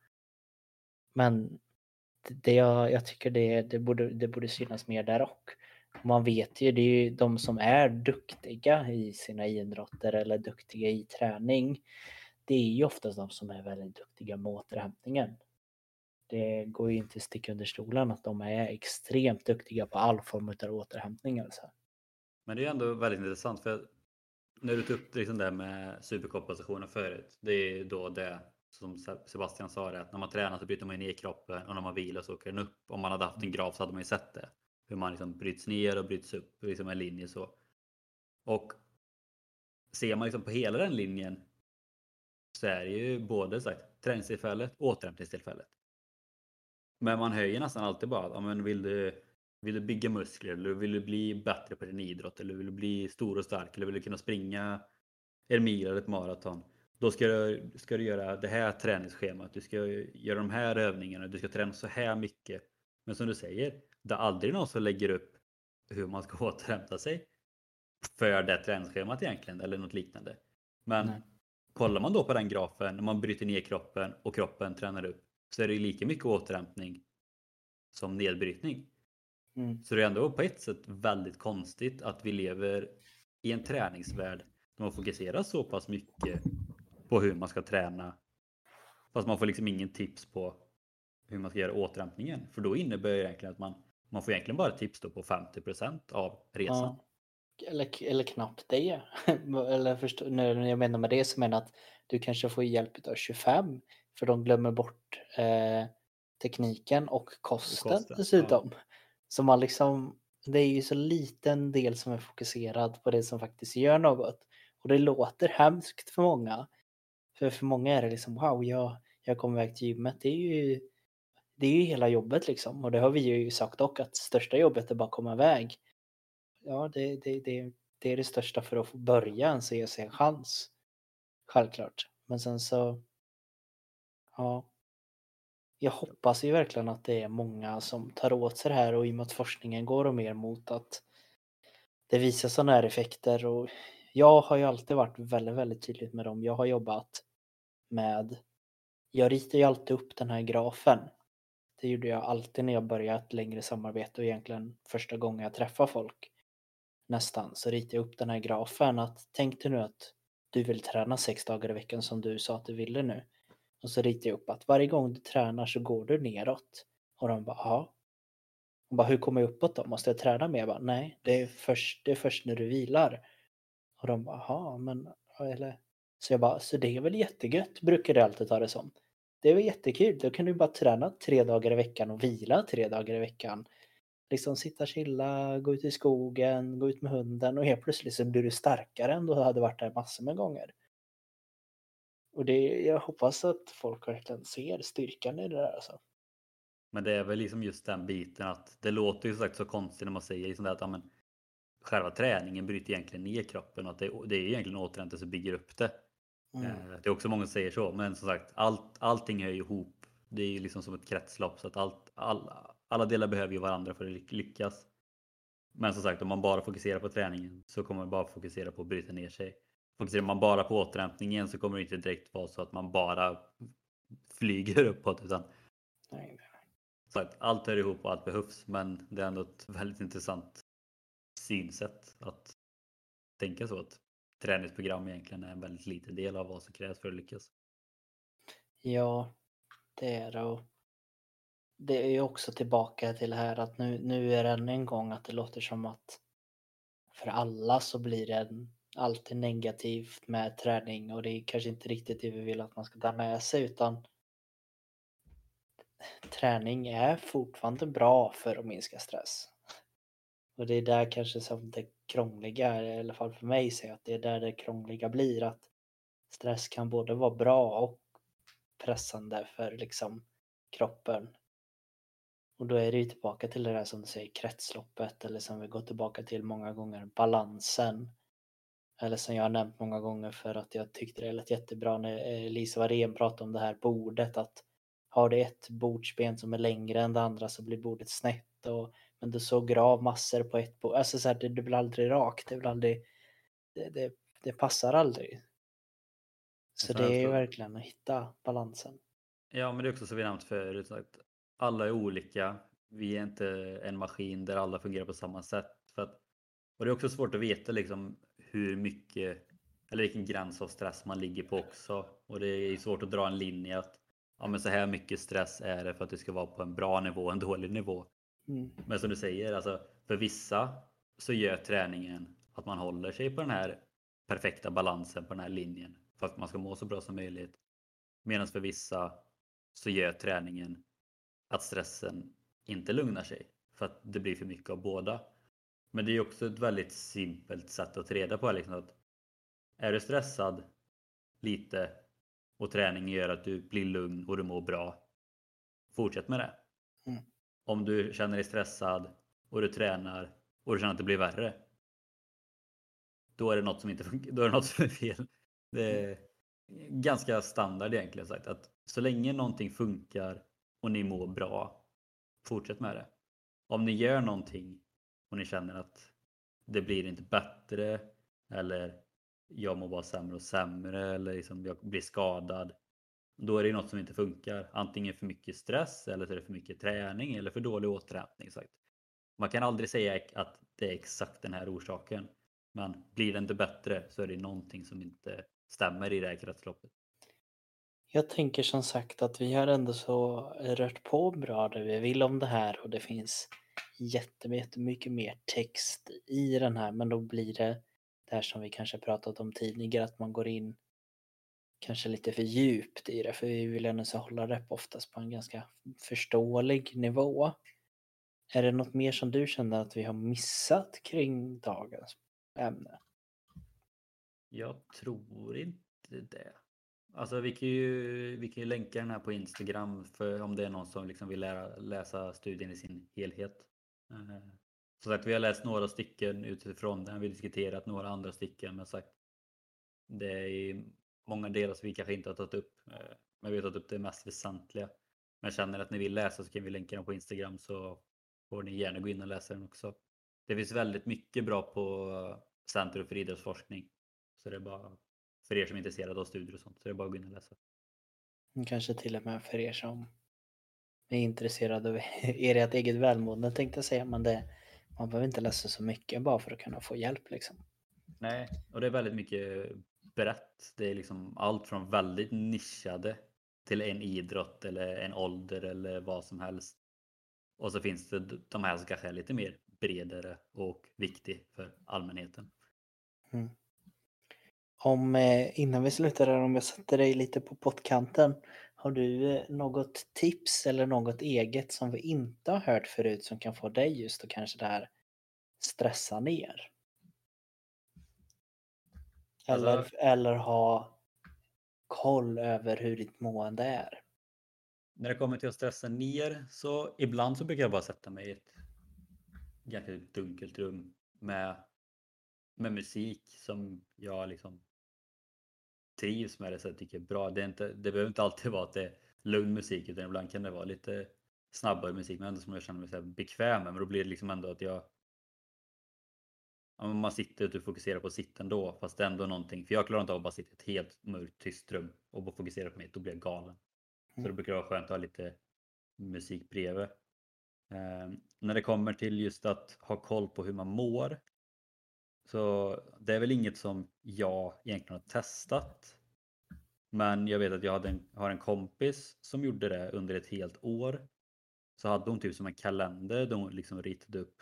[SPEAKER 1] Men jag tycker det borde synas mer där och. Man vet ju, det är ju de som är duktiga i sina idrotter eller duktiga i träning. Det är ju oftast de som är väldigt duktiga med återhämtningen. Det går ju inte att sticka under stolen att de är extremt duktiga på all form av återhämtning. Alltså.
[SPEAKER 2] Men det är ändå väldigt intressant, för när du tog upp liksom det med superkompensationen förut, det är då det som Sebastian sa, det att när man tränar så bryter man ner kroppen och när man vilar så åker den upp. Om man hade haft en graf så hade man ju sett det. Hur man liksom bryts ner och bryts upp, liksom en linje så. Och ser man liksom på hela den linjen så är det ju både sagt träningstillfället och återhämtningstillfället. Men man höjer nästan alltid bara, ja, men vill du bygga muskler, eller vill du bli bättre på din idrott, eller vill du bli stor och stark, eller vill du kunna springa en mil eller ett maraton, då ska du göra det här träningsschemat, du ska göra de här övningarna, du ska träna så här mycket. Men som du säger, det är aldrig någon som lägger upp hur man ska återhämta sig för det träningsschemat egentligen, eller något liknande. Men
[SPEAKER 1] Nej.
[SPEAKER 2] kollar man då på den grafen, när man bryter ner kroppen och kroppen tränar upp, så är det lika mycket återhämtning som nedbrytning.
[SPEAKER 1] Mm.
[SPEAKER 2] Så det är ändå på ett sätt väldigt konstigt att vi lever i en träningsvärld där man fokuserar så pass mycket på hur man ska träna, fast man får liksom ingen tips på hur man ska göra återhämtningen. För då innebär det egentligen att man får egentligen bara tips då på 50% av resan.
[SPEAKER 1] Ja. Eller knappt det. Eller när jag menar med det så menar jag att du kanske får hjälp av 25, för de glömmer bort tekniken och kosten dessutom.
[SPEAKER 2] Ja.
[SPEAKER 1] Så man liksom, det är ju så liten del som är fokuserad på det som faktiskt gör något. Och det låter hemskt för många. För många är det liksom, wow, jag kommer iväg till gymmet. Det är ju hela jobbet liksom. Och det har vi ju sagt också, att största jobbet är bara att komma iväg. Ja, det är det största för att få börja ens ge sig en chans. Självklart. Men sen så, ja. jag hoppas ju verkligen att det är många som tar åt sig det här och i och med att forskningen går och mer mot att det visar sådana här effekter och jag har ju alltid varit väldigt, väldigt tydligt med dem. Jag har jobbat med, jag ritar ju alltid upp den här grafen. Det gjorde jag alltid när jag började ett längre samarbete och egentligen första gången jag träffar folk nästan så ritar jag upp den här grafen att tänk dig nu att du vill träna 6 dagar i veckan som du sa att du ville nu. Och så ritar jag upp att varje gång du tränar så går du neråt. Och de bara, ja. Och bara, hur kommer jag uppåt då? Måste jag träna mer? Jag bara, nej, det är först när du vilar. Och de bara, jaha, men, eller. Så jag bara, så det är väl jättegött, brukar det alltid ta det som. Det är väl jättekul, då kan du bara träna 3 dagar i veckan och vila 3 dagar i veckan. Liksom sitta chilla, gå ut i skogen, gå ut med hunden och helt plötsligt så blir du starkare än du hade varit där massor med gånger. Och det, jag hoppas att folk verkligen ser styrkan i det där alltså.
[SPEAKER 2] Men det är väl liksom just den biten att det låter ju sagt så konstigt när man säger liksom det att ja, men, själva träningen bryter egentligen ner kroppen och att det är egentligen återhämtning som bygger upp det. Det är också många som säger så, men som sagt allting hör ju ihop. Det är ju liksom som ett kretslopp så att alla delar behöver ju varandra för att lyckas. Men som sagt, om man bara fokuserar på träningen så kommer man bara fokusera på att bryta ner sig. Fokuserar man bara på återhämtningen så kommer det inte direkt vara så att man bara flyger uppåt utan
[SPEAKER 1] Nej.
[SPEAKER 2] så att allt hör ihop och allt behövs, men det är ändå ett väldigt intressant synsätt att tänka så att träningsprogram egentligen är en väldigt liten del av vad som krävs för att lyckas.
[SPEAKER 1] Ja, det är det. Och det är ju också tillbaka till det här att nu är det än en gång att det låter som att för alla så blir det alltid negativt med träning och det är kanske inte riktigt det vi vill att man ska ta med sig utan träning är fortfarande bra för att minska stress. Och det är där kanske som det krångliga är, i alla fall för mig, så att det är där det krångliga blir att stress kan både vara bra och pressande för liksom kroppen. Och då är det ju tillbaka till det där som du säger kretsloppet eller som vi går tillbaka till många gånger balansen. Eller som jag har nämnt många gånger för att jag tyckte det lät jättebra när Lisa Warén pratade om det här bordet att har det ett bordsben som är längre än det andra så blir bordet snett och men du sågar av massor på ett bord. Alltså så här, det blir aldrig rakt, det blir aldrig det passar aldrig. Så det är ju verkligen att hitta balansen.
[SPEAKER 2] Ja, men det är också så vi nämnt förut att alla är olika. Vi är inte en maskin där alla fungerar på samma sätt. Och det är också svårt att veta liksom hur mycket eller vilken gräns av stress man ligger på också. Och det är svårt att dra en linje att ja, men så här mycket stress är det för att det ska vara på en bra nivå och en dålig nivå. Men som du säger, alltså, för vissa så gör träningen att man håller sig på den här perfekta balansen på den här linjen för att man ska må så bra som möjligt. Medan för vissa så gör träningen att stressen inte lugnar sig för att det blir för mycket av båda. Men det är också ett väldigt simpelt sätt att ta reda på liksom att är du stressad lite och träningen gör att du blir lugn och du mår bra, fortsätt med det. Om du känner dig stressad och du tränar och du känner att det blir värre, då är det något som inte funkar, då är det något som är fel. Det är ganska standard egentligen sagt att så länge någonting funkar och ni mår bra, fortsätt med det. Om ni gör någonting och ni känner att det blir inte bättre eller jag mår bara sämre och sämre eller liksom jag blir skadad, då är det något som inte funkar. Antingen för mycket stress eller så är det för mycket träning eller för dålig återhämtning. Sagt. Man kan aldrig säga att det är exakt den här orsaken. Men blir det inte bättre så är det någonting som inte stämmer i det här kretsloppet.
[SPEAKER 1] Jag tänker som sagt att vi har ändå så rört på bra det vi vill om det här och det finns jättemycket mer text i den här men då blir det här som vi kanske pratat om tidigare att man går in kanske lite för djupt i det för vi vill ändå så hålla det oftast på en ganska förståelig nivå. Är det något mer som du känner att vi har missat kring dagens ämne?
[SPEAKER 2] Jag tror inte det. Alltså vi kan ju länka den här på Instagram för om det är någon som liksom vill läsa studien i sin helhet. Så att vi har läst några stycken utifrån den. Vi har diskuterat några andra stycken men sagt det är många delar som vi kanske inte har tagit upp. Men vi har tagit upp det mest väsentliga. Men känner att ni vill läsa så kan vi länka den på Instagram, så får ni gärna gå in och läsa den också. Det finns väldigt mycket bra på Centrum för idrottsforskning. Så det är bara för er som är intresserade av studier och sånt, så det är bara att gå in och läsa.
[SPEAKER 1] Kanske till och med för er som är intresserade av ert eget välmående tänkte jag säga. Men man behöver inte läsa så mycket bara för att kunna få hjälp liksom.
[SPEAKER 2] Nej, och det är väldigt mycket brett. Det är liksom allt från väldigt nischade till en idrott eller en ålder eller vad som helst. Och så finns det de här som kanske är lite mer bredare och viktig för allmänheten.
[SPEAKER 1] Mm. Innan vi slutar där, om jag sätter dig lite på pottkanten. Har du något tips eller något eget som vi inte har hört förut som kan få dig just att kanske det här stressa ner?
[SPEAKER 2] Alltså,
[SPEAKER 1] Eller ha koll över hur ditt mående är?
[SPEAKER 2] när det kommer till att stressa ner så ibland så brukar jag bara sätta mig i ett ganska dunkelt rum med musik som jag liksom trivs med, det så jag tycker är bra. Det behöver inte alltid vara att det är lugn musik, utan ibland kan det vara lite snabbare musik men ändå som jag känner mig så här bekväm med. Men då blir det liksom ändå att man sitter och du fokuserar på att sitta ändå, fast det är ändå någonting. För jag klarar inte av att bara sitta i ett helt mörkt tyst rum och bara fokusera på mig, då blir jag galen. Så då brukar det vara skönt att ha lite musik bredvid. När det kommer till just att ha koll på hur man mår, så det är väl inget som jag egentligen har testat. Men jag vet att jag har en kompis som gjorde det under ett helt år. Så hade hon typ som en kalender där hon liksom ritade upp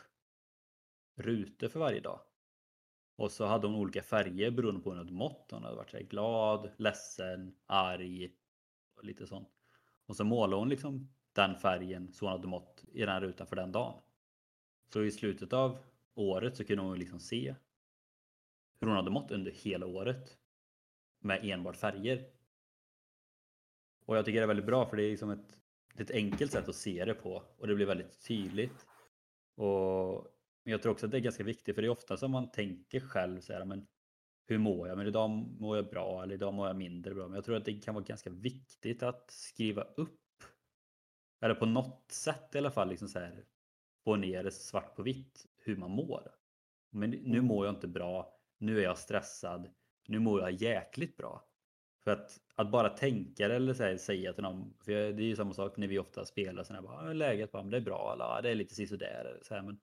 [SPEAKER 2] rutor för varje dag. Och så hade hon olika färger beroende på hur hon hade mått. Hon hade varit så här glad, ledsen, arg och lite sånt. Och så målade hon liksom den färgen så hon hade mått i den rutan för den dagen. Så i slutet av året så kunde hon liksom se hur hon hade mått under hela året med enbart färger. Och jag tycker det är väldigt bra, för det är liksom ett enkelt sätt att se det på och det blir väldigt tydligt. Och jag tror också att det är ganska viktigt, för det är ofta som man tänker själv så här, men hur mår jag? Men idag mår jag bra eller idag mår jag mindre bra. Men jag tror att det kan vara ganska viktigt att skriva upp, eller på något sätt i alla fall liksom så här, få ner det svart på vitt hur man mår. Men nu mår jag inte bra, nu är jag stressad, nu mår jag jäkligt bra. För att bara tänka det eller säga till någon, för det är ju samma sak när vi ofta spelar så här, bara, läget bara, det är bra eller det är lite sisådär så här, men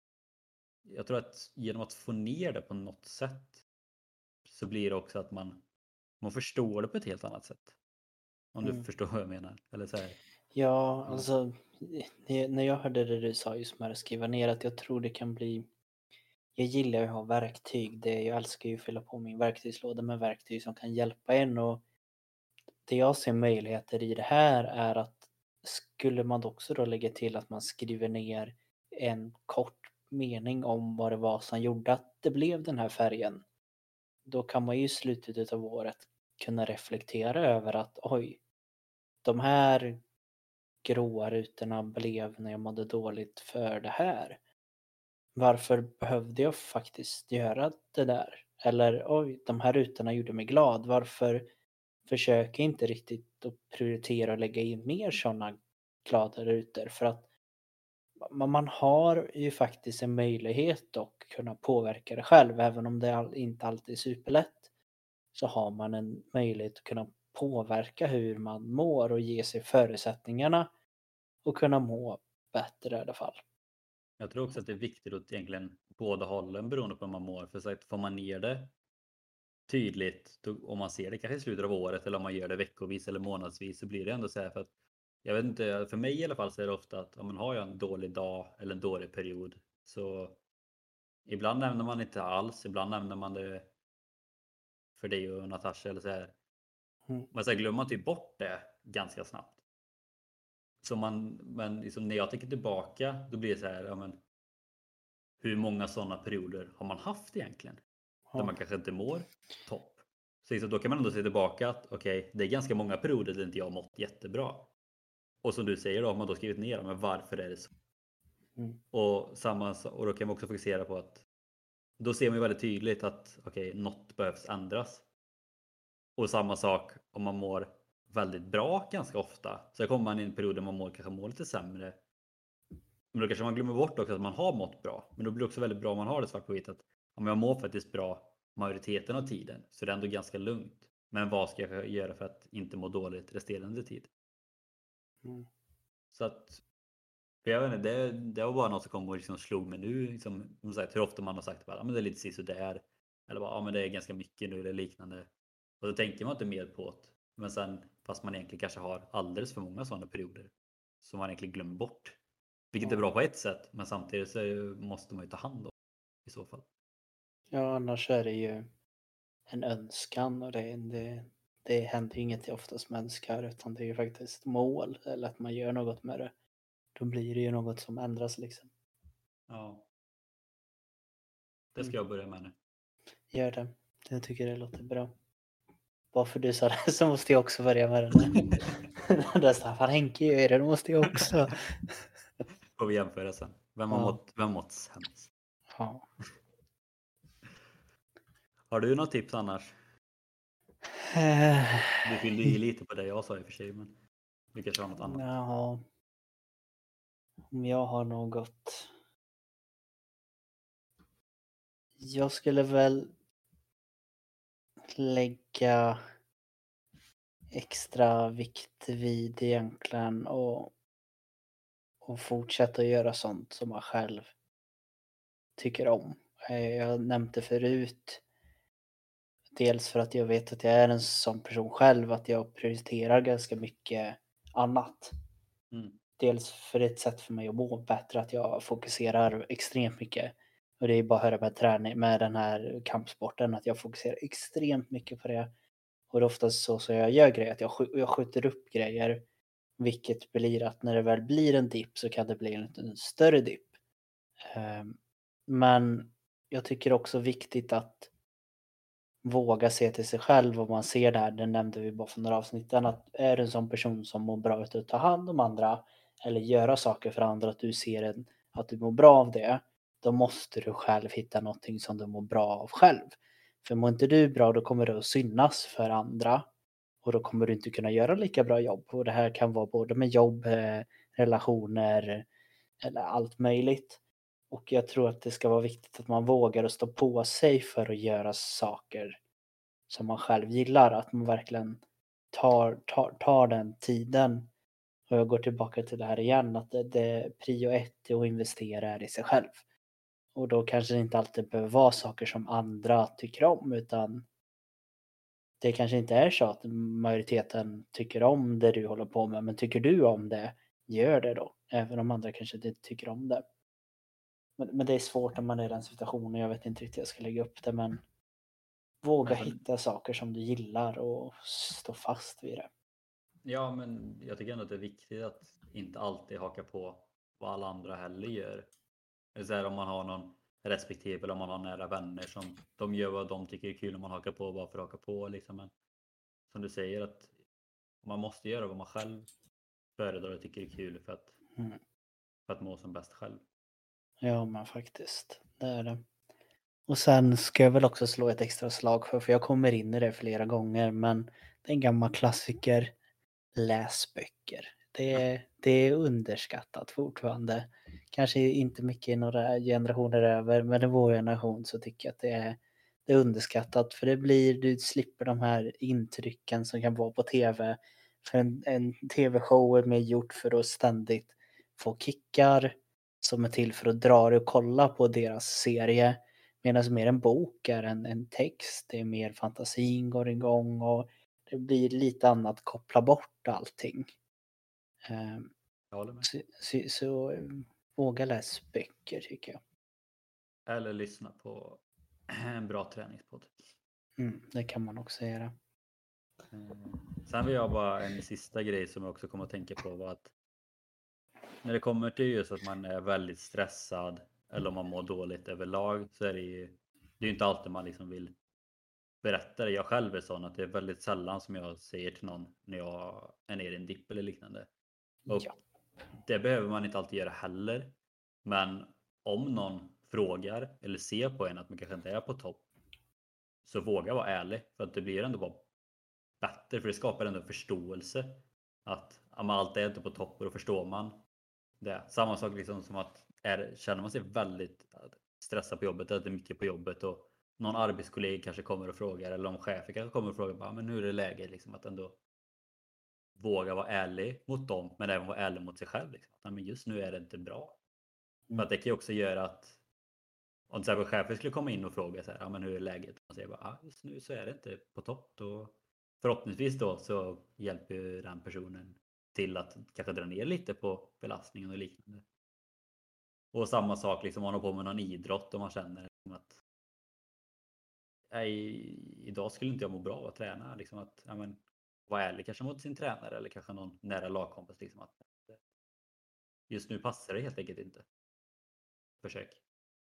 [SPEAKER 2] jag tror att genom att få ner det på något sätt så blir det också att man förstår det på ett helt annat sätt. Om du förstår vad jag menar. Eller så här.
[SPEAKER 1] Ja, alltså när jag hörde det du sa just med att skriva ner, att jag tror det kan bli... Jag gillar ju att ha verktyg. Jag älskar ju att fylla på min verktygslåda med verktyg som kan hjälpa en. Och det jag ser möjligheter i det här är att skulle man också då lägga till att man skriver ner en kort mening om vad det var som gjorde att det blev den här färgen. Då kan man ju i slutet av året kunna reflektera över att oj, de här gråa rutorna blev när jag mådde dåligt för det här. Varför behövde jag faktiskt göra det där? Eller oj, de här rutorna gjorde mig glad. Varför försöker jag inte riktigt att prioritera och lägga in mer sådana glada rutor? För att man har ju faktiskt en möjlighet att kunna påverka det själv. Även om det inte alltid är superlätt, så har man en möjlighet att kunna påverka hur man mår och ge sig förutsättningarna och kunna må bättre i alla fall.
[SPEAKER 2] Jag tror också att det är viktigt att egentligen båda hållen beroende på hur man mår. För så att får man ner det tydligt, om man ser det kanske i slutet av året eller om man gör det veckovis eller månadsvis, så blir det ändå så här. För att jag vet inte, för mig i alla fall så är det ofta att om man har en dålig dag eller en dålig period, så ibland nämner man inte alls, ibland nämner man det för dig och Natasha eller så här. Men så här glömmer man typ bort det ganska snabbt. Så men liksom när jag tänker tillbaka, då blir det så här, ja, men hur många sådana perioder har man haft egentligen? Där man kanske inte mår topp. Så då kan man ändå se tillbaka att okej, det är ganska många perioder där inte jag har mått jättebra. Och som du säger då, har man då skrivit ner, men varför är det så? Och då kan man också fokusera på att då ser man ju väldigt tydligt att okej, något behövs ändras. Och samma sak om man mår väldigt bra ganska ofta. Så kommer man i en period där man kanske mår lite sämre. Men då kanske man glömmer bort också att man har mått bra. Men då blir det också väldigt bra om man har det svart på vitt att om jag mår faktiskt bra majoriteten av tiden så det är ändå ganska lugnt. Men vad ska jag göra för att inte må dåligt resterande tid?
[SPEAKER 1] Mm.
[SPEAKER 2] Så att jag vet inte, det var bara något som kom och liksom slog mig nu. Liksom, som sagt, hur ofta man har sagt att men det är lite så där. Eller bara, men det är ganska mycket nu eller liknande. Och då tänker man inte mer på det. Men sen fast man egentligen kanske har alldeles för många sådana perioder som man egentligen glömmer bort. Vilket är bra på ett sätt, men samtidigt så måste man ju ta hand om i så fall.
[SPEAKER 1] Ja, annars är det ju en önskan och det händer ju inget oftast med önskar utan det är ju faktiskt mål eller att man gör något med det. Då blir det ju något som ändras liksom.
[SPEAKER 2] Ja. Det ska jag börja med nu.
[SPEAKER 1] Gör det. Jag tycker det låter bra. Bara för du sa det så måste jag också börja med det. Det är Staffan Henke gör det, då måste jag också.
[SPEAKER 2] Får vi jämföra sen. Vem har mått sämst?
[SPEAKER 1] Ja.
[SPEAKER 2] Har du något tips annars? Du fyllde i lite på det jag sa i och för sig, men du kanske har något annat.
[SPEAKER 1] Ja. Om jag har något. Jag skulle väl lägga extra vikt vid egentligen och fortsätta göra sånt som man själv tycker om. Jag nämnde förut. Dels för att jag vet att jag är en sån person själv att jag prioriterar ganska mycket annat. Dels för ett sätt för mig att må bättre att jag fokuserar extremt mycket. Och det är bara att höra med träning med den här kampsporten att jag fokuserar extremt mycket på det. Och det är oftast så jag gör grejer att jag skjuter upp grejer. Vilket blir att när det väl blir en dipp så kan det bli en större dipp. Men jag tycker också viktigt att våga se till sig själv och man ser det här, det nämnde vi bara för några avsnitten, att är du en sån person som mår bra ut att ta hand om andra eller göra saker för andra, att du ser att du mår bra av det, då måste du själv hitta någonting som du mår bra av själv. För mår inte du bra, då kommer det att synas för andra och då kommer du inte kunna göra lika bra jobb. Och det här kan vara både med jobb, relationer eller allt möjligt. Och jag tror att det ska vara viktigt att man vågar att stå på sig för att göra saker som man själv gillar. Att man verkligen tar den tiden. Och jag går tillbaka till det här igen. Att det prio 1 är att investera i sig själv. Och då kanske det inte alltid behöver vara saker som andra tycker om. Utan det kanske inte är så att majoriteten tycker om det du håller på med. Men tycker du om det, gör det då. Även om andra kanske inte tycker om det. Men det är svårt när man är i den situationen. Jag vet inte riktigt hur jag ska lägga upp det. Men våga hitta saker som du gillar och stå fast vid det.
[SPEAKER 2] Ja, men jag tycker ändå att det är viktigt att inte alltid haka på vad alla andra heller gör. Så här, om man har någon respektive eller om man har nära vänner som de gör vad de tycker är kul och man hakar på bara för att haka på. Liksom. Men som du säger att man måste göra vad man själv föredrar och tycker är kul för att må som bäst själv.
[SPEAKER 1] Ja, men faktiskt. Det är det. Och sen ska jag väl också slå ett extra slag för jag kommer in i det flera gånger, men det är en gammal klassiker. Läs böcker. Det är underskattat fortfarande. Kanske inte mycket i några generationer över, men i vår generation så tycker jag att det är underskattat. För du slipper de här intrycken som kan vara på tv. För en tv-show är mer gjort för att ständigt få kickar som är till för att dra dig och kolla på deras serie. Medan mer en bok är en text, det är mer fantasin går igång och det blir lite annat, koppla bort allting.
[SPEAKER 2] Jag håller med.
[SPEAKER 1] Så våga läsa böcker tycker jag.
[SPEAKER 2] Eller lyssna på en bra träningspodd.
[SPEAKER 1] Det kan man också göra.
[SPEAKER 2] Sen vill jag bara en sista grej som jag också kommer att tänka på var att när det kommer till just att man är väldigt stressad eller om man mår dåligt överlag så är det ju inte alltid man liksom vill berätta det. Jag själv är sån att det är väldigt sällan som jag säger till någon när jag är nere i en dipp eller liknande. Och
[SPEAKER 1] Ja.
[SPEAKER 2] det behöver man inte alltid göra heller. Men om någon frågar eller ser på en att man kanske inte är på topp så våga vara ärlig för att det blir ändå bara bättre, för det skapar ändå förståelse. Att allt är inte på topp och då förstår man det. Samma sak liksom som att känner man sig väldigt stressad på jobbet, att det är mycket på jobbet och någon arbetskollega kanske kommer och frågar eller någon chef kanske kommer och frågar men nu är det läge liksom, att ändå våga vara ärlig mot dem men även vara ärlig mot sig själv. Liksom. Att, men just nu är det inte bra. För att det kan ju också göra att om till exempel chefen skulle komma in och fråga så här, men hur är läget? Och säger bara, just nu så är det inte på topp. Då, förhoppningsvis då så hjälper ju den personen till att kanske dra ner lite på belastningen och liknande. Och samma sak liksom, man har på med någon idrott och man känner liksom att idag skulle inte jag må bra av att träna. Liksom att vara ärlig kanske mot sin tränare eller kanske någon nära lagkompis. Liksom att just nu passar det helt enkelt inte. Försök.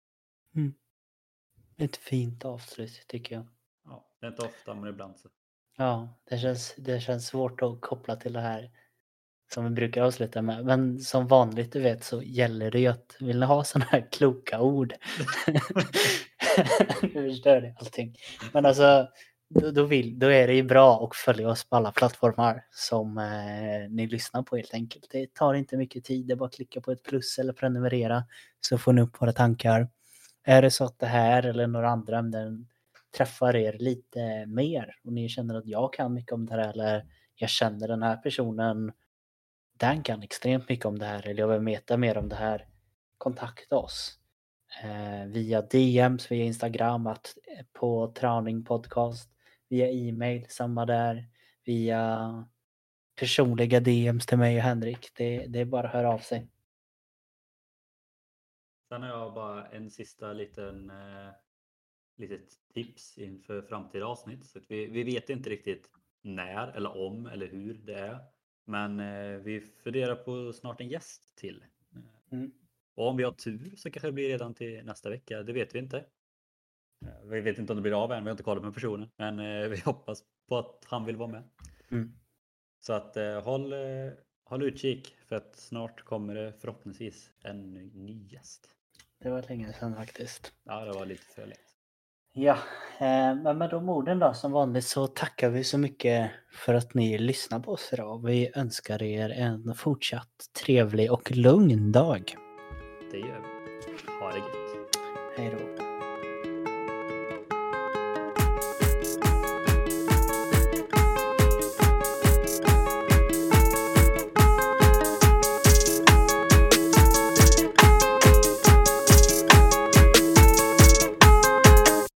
[SPEAKER 1] Ett fint avslut tycker jag.
[SPEAKER 2] Ja, det är inte ofta men ibland så.
[SPEAKER 1] Ja, det känns svårt att koppla till det här som vi brukar avsluta med. Men som vanligt du vet så gäller det ju att vill ni ha sådana här kloka ord. Nu förstör det allting. Men alltså då är det ju bra att följa oss på alla plattformar som ni lyssnar på helt enkelt. Det tar inte mycket tid, det är bara att klicka på ett plus eller prenumerera så får ni upp våra tankar. Är det så att det här eller några andra ämnen träffar er lite mer och ni känner att jag kan mycket om det här eller jag känner den här personen, den kan extremt mycket om det här eller jag vill veta mer om det här, kontakta oss via DMs, via Instagram, på Traning Podcast, via e-mail, samma där, via personliga DMs till mig och Henrik. Det är bara att höra av sig.
[SPEAKER 2] Sen har jag bara en sista litet tips inför framtida avsnitt. Så vi vet inte riktigt när eller om eller hur det är. Men vi funderar på snart en gäst till. Och om vi har tur så kanske det blir redan till nästa vecka. Det vet vi inte. Vi vet inte om det blir av än. Vi har inte kollat med personen. Men vi hoppas på att han vill vara med. Så att håll utkik. För att snart kommer det förhoppningsvis en ny gäst.
[SPEAKER 1] Det var länge sedan faktiskt.
[SPEAKER 2] Ja, det var lite för lätt.
[SPEAKER 1] Ja, men med de orden då som vanligt så tackar vi så mycket för att ni lyssnar på oss idag. Vi önskar er en fortsatt trevlig och lugn dag.
[SPEAKER 2] Det gör vi. Ha det gött.
[SPEAKER 1] Hej då.